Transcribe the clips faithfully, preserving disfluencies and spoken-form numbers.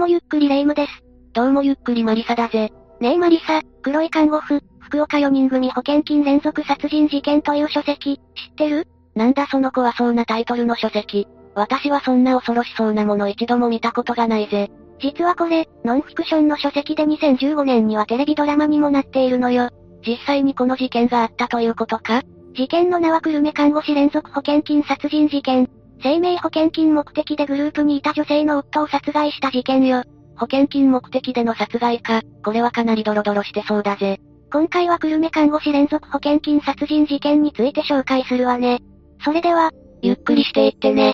もゆっくりレ夢ムです。 どうもゆっくりマリサだぜ。 ねえマリサ、黒い看護婦、福岡よにん組保険金連続殺人事件という書籍、知ってる？ なんだその怖そうなタイトルの書籍。私はそんな恐ろしそうなもの一度も見たことがないぜ。 実はこれ、ノンフィクションの書籍でにせんじゅうごねんにはテレビドラマにもなっているのよ。 実際にこの事件があったということか？ 事件の名は久留米看護師連続保険金殺人事件。生命保険金目的でグループにいた女性の夫を殺害した事件よ。 保険金目的での殺害か、これはかなりドロドロしてそうだぜ。 今回は久留米看護師連続保険金殺人事件について紹介するわね。それでは、 ゆっくりしていってね。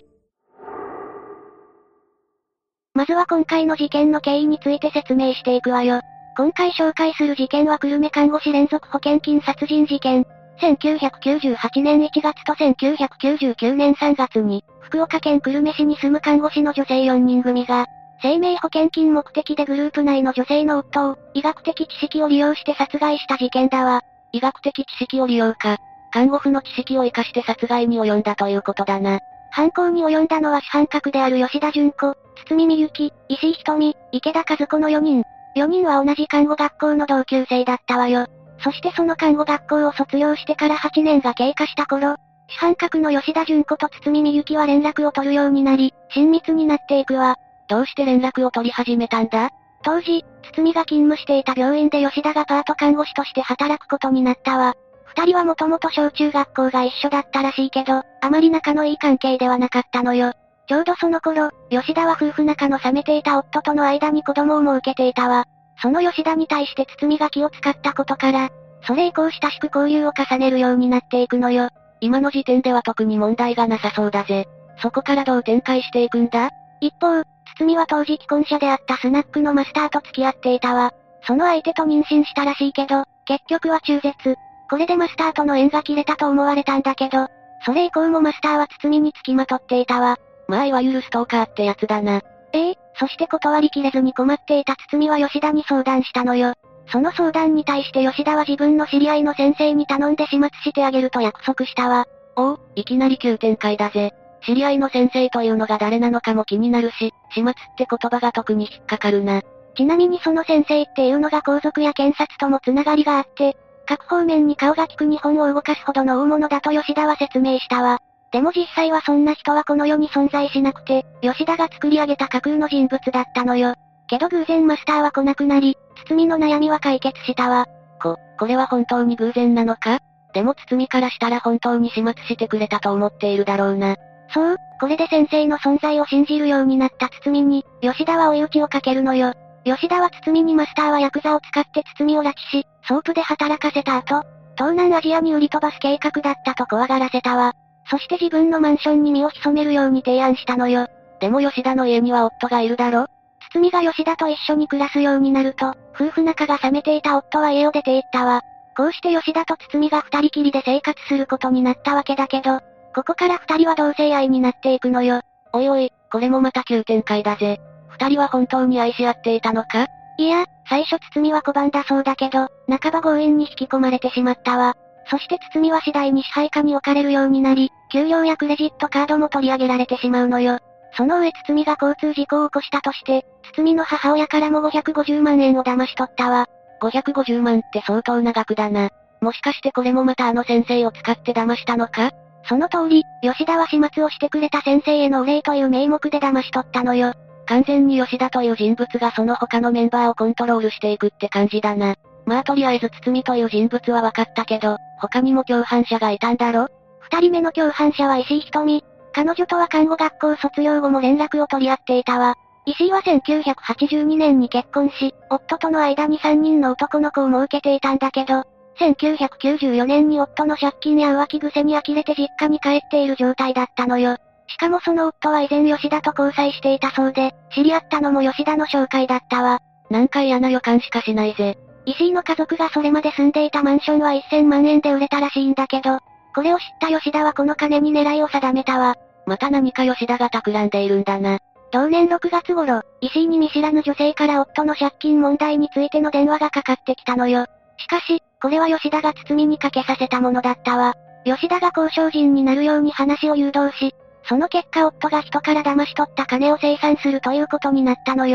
まずは今回の事件の経緯について説明していくわよ。今回紹介する事件は久留米看護師連続保険金殺人事件。せんきゅうひゃくきゅうじゅうはちねんいちがつとせんきゅうひゃくきゅうじゅうきゅうねんさんがつに、福岡県久留米市に住む看護師の女性よにん組が、生命保険金目的でグループ内の女性の夫を、医学的知識を利用して殺害した事件だわ。 医学的知識を利用か。看護婦の知識を活かして殺害に及んだということだな。 犯行に及んだのは主犯格である吉田純子、堤美幸、石井瞳、池田和子のよにん。よにんは同じ看護学校の同級生だったわよ。そしてその看護学校を卒業してからはちねんが経過した頃、主犯格の吉田純子と堤美幸は連絡を取るようになり、親密になっていくわ。 どうして連絡を取り始めたんだ？ 当時、堤が勤務していた病院で吉田がパート看護師として働くことになったわ。二人はもともと小中学校が一緒だったらしいけど、あまり仲のいい関係ではなかったのよ。ちょうどその頃、吉田は夫婦仲の冷めていた夫との間に子供をも受けていたわ。その吉田に対して堤が気を使ったことから、それ以降親しく交流を重ねるようになっていくのよ。 今の時点では特に問題がなさそうだぜ。そこからどう展開していくんだ？ 一方、堤は当時既婚者であったスナックのマスターと付き合っていたわ。その相手と妊娠したらしいけど、結局は中絶。これでマスターとの縁が切れたと思われたんだけど、それ以降もマスターは堤に付きまとっていたわ。 まあいわゆるストーカーってやつだな。 ええ、そして断りきれずに困っていた堤は吉田に相談したのよ。その相談に対して吉田は自分の知り合いの先生に頼んで始末してあげると約束したわ。 おお、いきなり急展開だぜ。知り合いの先生というのが誰なのかも気になるし、始末って言葉が特に引っかかるな。 ちなみにその先生っていうのが皇族や検察ともつながりがあって、各方面に顔が利く日本を動かすほどの大物だと吉田は説明したわ。でも実際はそんな人はこの世に存在しなくて、吉田が作り上げた架空の人物だったのよ。けど偶然マスターは来なくなり、堤の悩みは解決したわ。 こ、これは本当に偶然なのか？でも堤からしたら本当に始末してくれたと思っているだろうな。 そう、これで先生の存在を信じるようになった堤に、吉田は追い打ちをかけるのよ。吉田は堤にマスターはヤクザを使って堤を拉致し、ソープで働かせた後、東南アジアに売り飛ばす計画だったと怖がらせたわ。そして自分のマンションに身を潜めるように提案したのよ。 でも吉田の家には夫がいるだろ？ 堤が吉田と一緒に暮らすようになると、夫婦仲が冷めていた夫は家を出て行ったわ。こうして吉田と堤が二人きりで生活することになったわけだけど、ここから二人は同性愛になっていくのよ。 おいおい、これもまた急展開だぜ。二人は本当に愛し合っていたのか？ いや、最初堤は拒んだそうだけど、半ば強引に引き込まれてしまったわ。そして堤は次第に支配下に置かれるようになり、給料やクレジットカードも取り上げられてしまうのよ。その上堤が交通事故を起こしたとして、堤の母親からもごひゃくごじゅうまんえんを騙し取ったわ。 ごひゃくごじゅうまんって相当な額だな。もしかしてこれもまたあの先生を使って騙したのか？ その通り、吉田は始末をしてくれた先生へのお礼という名目で騙し取ったのよ。 完全に吉田という人物がその他のメンバーをコントロールしていくって感じだな。まあとりあえず堤という人物は分かったけど、他にも共犯者がいたんだろ？ 二人目の共犯者は石井瞳。彼女とは看護学校卒業後も連絡を取り合っていたわ。石井はせんきゅうひゃくはちじゅうにねんに結婚し、夫との間にさんにんの男の子を設けていたんだけど、せんきゅうひゃくきゅうじゅうよねんに夫の借金や浮気癖に呆れて実家に帰っている状態だったのよ。しかもその夫は以前吉田と交際していたそうで、知り合ったのも吉田の紹介だったわ。 なんか嫌な予感しかしないぜ。 石井の家族がそれまで住んでいたマンションはせんまんえんで売れたらしいんだけど、これを知った吉田はこの金に狙いを定めたわ。 また何か吉田が企んでいるんだな。 同年ろくがつ頃、石井に見知らぬ女性から夫の借金問題についての電話がかかってきたのよ。しかし、これは吉田が堤にかけさせたものだったわ。吉田が交渉人になるように話を誘導し、その結果夫が人から騙し取った金を清算するということになったのよ。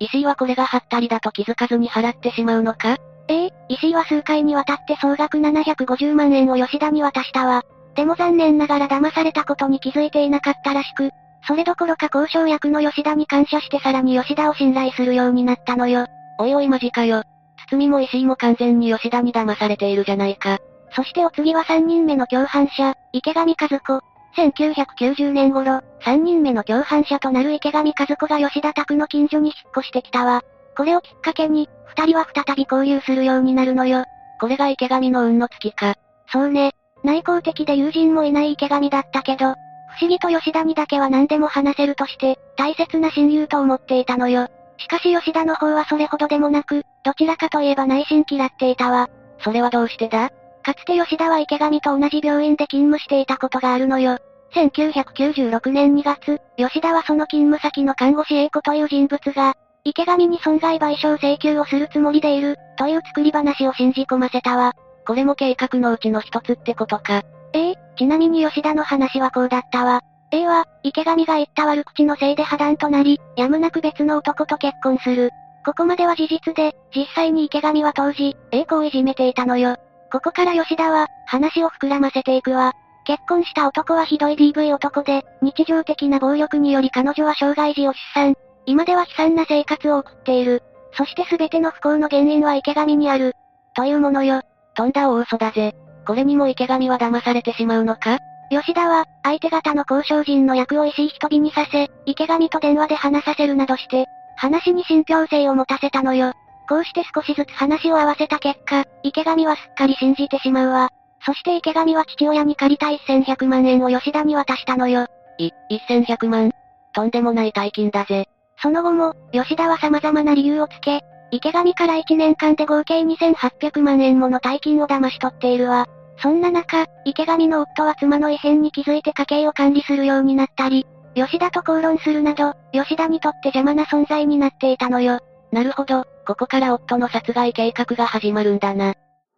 石井はこれがハったりだと気づかずに払ってしまうのか？ ええ、石井は数回にわたって総額ななひゃくごじゅうまんえんを吉田に渡したわ。でも残念ながら騙されたことに気づいていなかったらしく、それどころか交渉役の吉田に感謝してさらに吉田を信頼するようになったのよ。 おいおいマジかよ。堤も石井も完全に吉田に騙されているじゃないか。 そしてお次はさんにんめの共犯者、池上和子。せんきゅうひゃくきゅうじゅうねん頃、さんにんめの共犯者となる池上和子が吉田宅の近所に引っ越してきたわ。これをきっかけに、二人は再び交流するようになるのよ。 これが池上の運の尽きか。 そうね。内向的で友人もいない池上だったけど、不思議と吉田にだけは何でも話せるとして、大切な親友と思っていたのよ。しかし吉田の方はそれほどでもなく、どちらかといえば内心嫌っていたわ。 それはどうしてだ？ かつて吉田は池上と同じ病院で勤務していたことがあるのよ。せんきゅうひゃくきゅうじゅうろくねんにがつ、吉田はその勤務先の看護師 A 子という人物が、池上に損害賠償請求をするつもりでいる、という作り話を信じ込ませたわ。 これも計画のうちの一つってことか。 ええ、ちなみに吉田の話はこうだったわ。A は、池上が言った悪口のせいで破談となり、やむなく別の男と結婚する。ここまでは事実で、実際に池上は当時、A 子をいじめていたのよ。ここから吉田は、話を膨らませていくわ。結婚した男はひどい ディーブイ 男で、日常的な暴力により彼女は障害児を出産。今では悲惨な生活を送っている。そして全ての不幸の原因は池上にある。というものよ。 とんだ大嘘だぜ。これにも池上は騙されてしまうのか？ 吉田は、相手方の交渉人の役を石井ひとみにさせ、池上と電話で話させるなどして、話に信憑性を持たせたのよ。こうして少しずつ話を合わせた結果、池上はすっかり信じてしまうわ。そして池上は父親に借りたせんひゃくまんえんを吉田に渡したのよ。 い、せんひゃくまん？とんでもない大金だぜ。 その後も、吉田は様々な理由をつけ、池上からいちねんかんで合計にせんはっぴゃくまんえんもの大金を騙し取っているわ。そんな中、池上の夫は妻の異変に気づいて家計を管理するようになったり、吉田と口論するなど、吉田にとって邪魔な存在になっていたのよ。 なるほど、ここから夫の殺害計画が始まるんだな。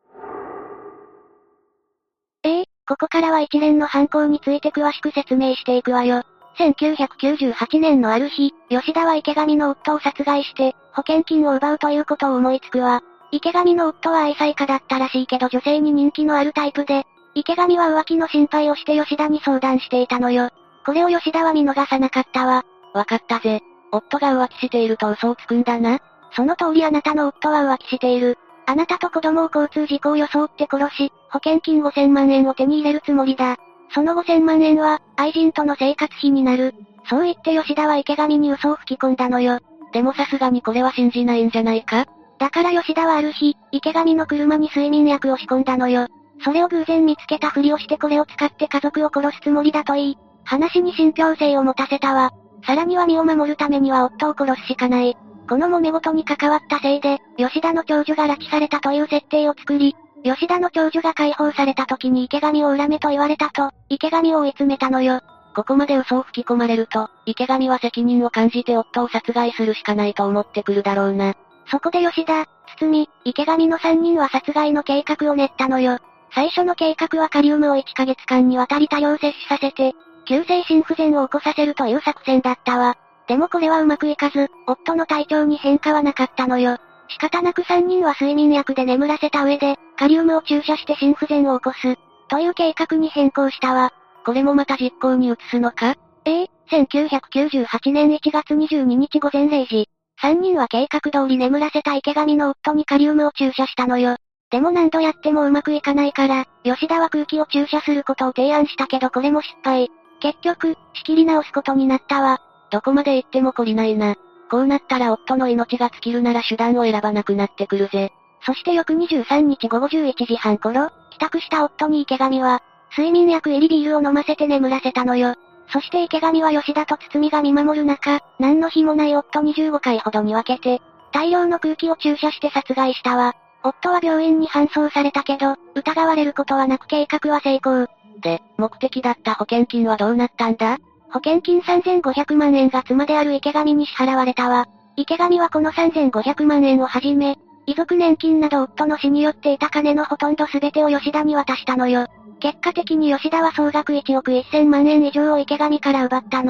ええ、ここからは一連の犯行について詳しく説明していくわよ。せんきゅうひゃくきゅうじゅうはちねんのある日、吉田は池上の夫を殺害して、保険金を奪うということを思いつくわ。池上の夫は愛妻家だったらしいけど女性に人気のあるタイプで、池上は浮気の心配をして吉田に相談していたのよ。これを吉田は見逃さなかったわ。 わかったぜ。夫が浮気していると嘘をつくんだな。 その通りあなたの夫は浮気している。あなたと子供を交通事故を装って殺し、保険金ごせんまんえんを手に入れるつもりだ。そのごせんまんえんは、愛人との生活費になる。そう言って吉田は池上に嘘を吹き込んだのよ。 でもさすがにこれは信じないんじゃないか？ だから吉田はある日、池上の車に睡眠薬を仕込んだのよ。それを偶然見つけたふりをしてこれを使って家族を殺すつもりだと言い、話に信憑性を持たせたわ。さらには身を守るためには夫を殺すしかない。この揉め事に関わったせいで、吉田の長女が拉致されたという設定を作り、吉田の長女が解放された時に池上を恨めと言われたと、池上を追い詰めたのよ。 ここまで嘘を吹き込まれると、池上は責任を感じて夫を殺害するしかないと思ってくるだろうな。 そこで吉田、堤、池上のさんにんは殺害の計画を練ったのよ。最初の計画はカリウムをいっかげつかんにわたり多量摂取させて、急性心不全を起こさせるという作戦だったわ。でもこれはうまくいかず、夫の体調に変化はなかったのよ。仕方なくさんにんは睡眠薬で眠らせた上で、カリウムを注射して心不全を起こす、という計画に変更したわ。 これもまた実行に移すのか？ ええ、せんきゅうひゃくきゅうじゅうはちねんいちがつにじゅうににちごぜんれいじ。さんにんは計画通り眠らせた池上の夫にカリウムを注射したのよ。でも何度やってもうまくいかないから、吉田は空気を注射することを提案したけどこれも失敗。結局、仕切り直すことになったわ。 どこまで行っても懲りないな。こうなったら夫の命が尽きるなら手段を選ばなくなってくるぜ。 そして翌にじゅうさんにちごごじゅういちじはん頃、帰宅した夫に池上は、睡眠薬入りビールを飲ませて眠らせたのよ。そして池上は吉田と堤が見守る中、何の日もない夫にじゅうごかいほどに分けて、大量の空気を注射して殺害したわ。夫は病院に搬送されたけど、疑われることはなく計画は成功。 で、目的だった保険金はどうなったんだ？ 保険金さんぜんごひゃくまんえんが妻である池上に支払われたわ。池上はこのさんぜんごひゃくまんえんをはじめ、遺族年金など夫の死によっていた金のほとんど全てを吉田に渡したのよ。結果的に吉田は総額いちおくせんまんえん以上を池上から奪ったの。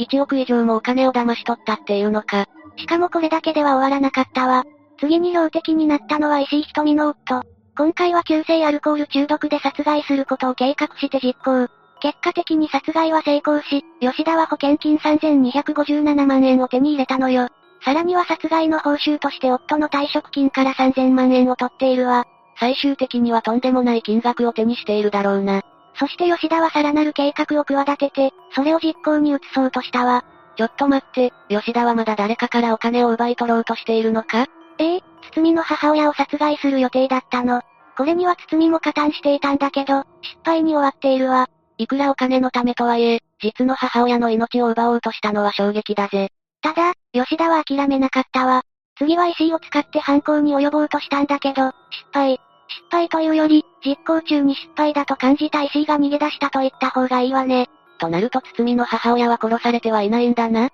いちおく以上もお金を騙し取ったっていうのか。 しかもこれだけでは終わらなかったわ。次に標的になったのは石井ひとみの夫。今回は急性アルコール中毒で殺害することを計画して実行。結果的に殺害は成功し、吉田は保険金さんぜんにひゃくごじゅうななまんえんを手に入れたのよ。さらには殺害の報酬として夫の退職金からさんぜんまんえんを取っているわ。 最終的にはとんでもない金額を手にしているだろうな。 そして吉田はさらなる計画を企てて、それを実行に移そうとしたわ。 ちょっと待って、吉田はまだ誰かからお金を奪い取ろうとしているのか？ ええ、堤の母親を殺害する予定だったの。これには堤も加担していたんだけど、失敗に終わっているわ。 いくらお金のためとはいえ、実の母親の命を奪おうとしたのは衝撃だぜ。 ただ、吉田は諦めなかったわ。次は石井を使って犯行に及ぼうとしたんだけど、失敗。失敗というより、実行中に失敗だと感じた石井が逃げ出したと言った方がいいわね。 となると堤の母親は殺されてはいないんだな。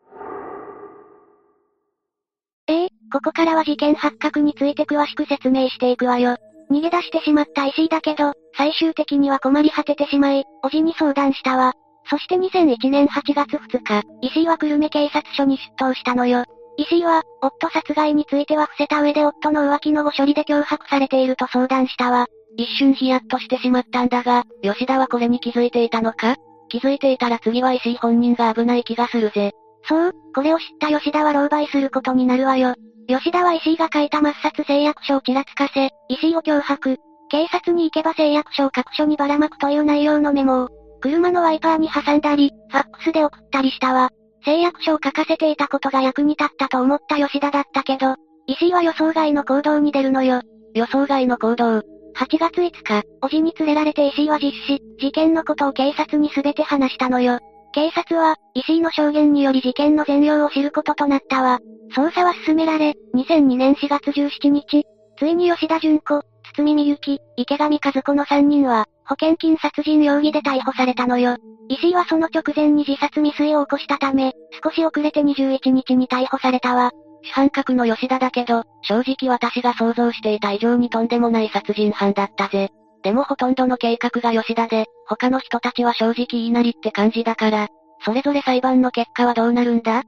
ええ、ここからは事件発覚について詳しく説明していくわよ。逃げ出してしまった石井だけど、最終的には困り果ててしまい、叔父に相談したわ。そしてにせんいちねんはちがつふつか、石井は久留米警察署に出頭したのよ。石井は、夫殺害については伏せた上で夫の浮気のご処理で脅迫されていると相談したわ。 一瞬ヒヤッとしてしまったんだが、吉田はこれに気づいていたのか？気づいていたら次は石井本人が危ない気がするぜ。 そう、これを知った吉田は狼狽することになるわよ。吉田は石井が書いた抹殺誓約書をちらつかせ、石井を脅迫。警察に行けば誓約書を各所にばらまくという内容のメモを、車のワイパーに挟んだり、ファックスで送ったりしたわ。誓約書を書かせていたことが役に立ったと思った吉田だったけど、石井は予想外の行動に出るのよ。 予想外の行動。 はちがついつか、叔父に連れられて石井は実施、事件のことを警察に全て話したのよ。警察は、石井の証言により事件の全容を知ることとなったわ。捜査は進められ、にせんにねんしがつじゅうしちにち、ついに吉田純子、堤みゆき、池上和子のさんにんは、保険金殺人容疑で逮捕されたのよ。石井はその直前に自殺未遂を起こしたため、少し遅れてにじゅういちにちに逮捕されたわ。 主犯格の吉田だけど、正直私が想像していた以上にとんでもない殺人犯だったぜ。でもほとんどの計画が吉田で、他の人たちは正直言いなりって感じだから、それぞれ裁判の結果はどうなるんだ？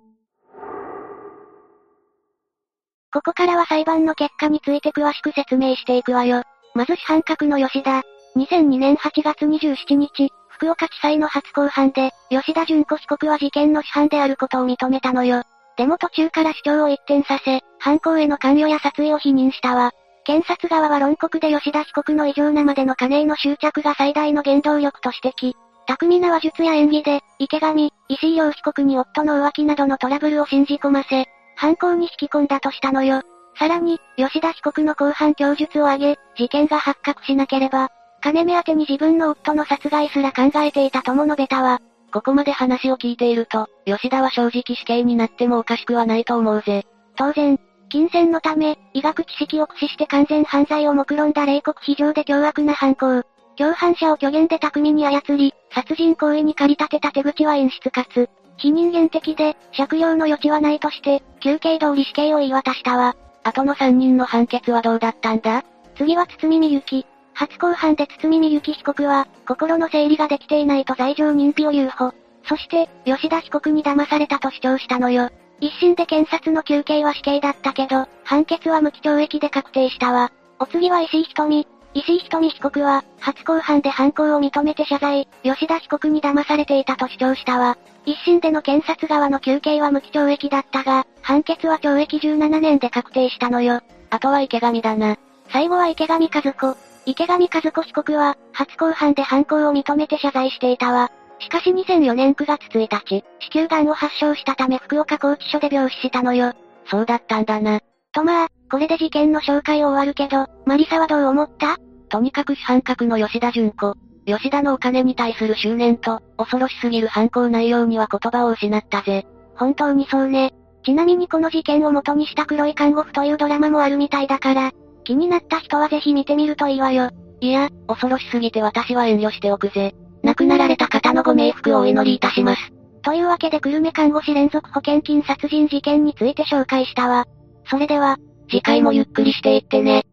ここからは裁判の結果について詳しく説明していくわよ。まず主犯格の吉田。にせんにねんはちがつにじゅうしちにち、福岡地裁の初公判で、吉田純子被告は事件の主犯であることを認めたのよ。でも途中から主張を一転させ、犯行への関与や殺意を否認したわ。検察側は論告で吉田被告の異常なまでの金への執着が最大の原動力と指摘。巧みな話術や演技で、池上、石井陽被告に夫の浮気などのトラブルを信じ込ませ、犯行に引き込んだとしたのよ。さらに、吉田被告の公判供述を挙げ、事件が発覚しなければ、金目当てに自分の夫の殺害すら考えていたとも述べたわ。 ここまで話を聞いていると、吉田は正直死刑になってもおかしくはないと思うぜ。 当然、金銭のため、医学知識を駆使して完全犯罪を目論んだ冷酷非常で凶悪な犯行。共犯者を虚言で巧みに操り、殺人行為に駆り立てた手口は陰湿かつ、非人間的で、酌量の余地はないとして、求刑通り死刑を言い渡したわ。 後のさんにんの判決はどうだったんだ？ 次は堤みゆき。初公判で堤みゆき被告は、心の整理ができていないと罪状認否を留保。そして、吉田被告に騙されたと主張したのよ。一審で検察の求刑は死刑だったけど、判決は無期懲役で確定したわ。お次は石井ひとみ。石井ひとみ被告は、初公判で犯行を認めて謝罪、吉田被告に騙されていたと主張したわ。一審での検察側の求刑は無期懲役だったが、判決は懲役じゅうななねんで確定したのよ。 あとは池上だな。 最後は池上和子。池上和子被告は、初公判で犯行を認めて謝罪していたわ。しかしにせんよねんくがつついたち、子宮癌を発症したため福岡拘置所で病死したのよ。 そうだったんだな。 とまあ、これで事件の紹介を終わるけど、マリサはどう思った？ とにかく主犯格の吉田純子。吉田のお金に対する執念と、恐ろしすぎる犯行内容には言葉を失ったぜ。 本当にそうね。ちなみにこの事件を元にした黒い看護婦というドラマもあるみたいだから、気になった人はぜひ見てみるといいわよ。 いや、恐ろしすぎて私は遠慮しておくぜ。亡くなられた方のご冥福をお祈りいたします。 というわけで久留米看護師連続保険金殺人事件について紹介したわ。それでは、 次回もゆっくりしていってね。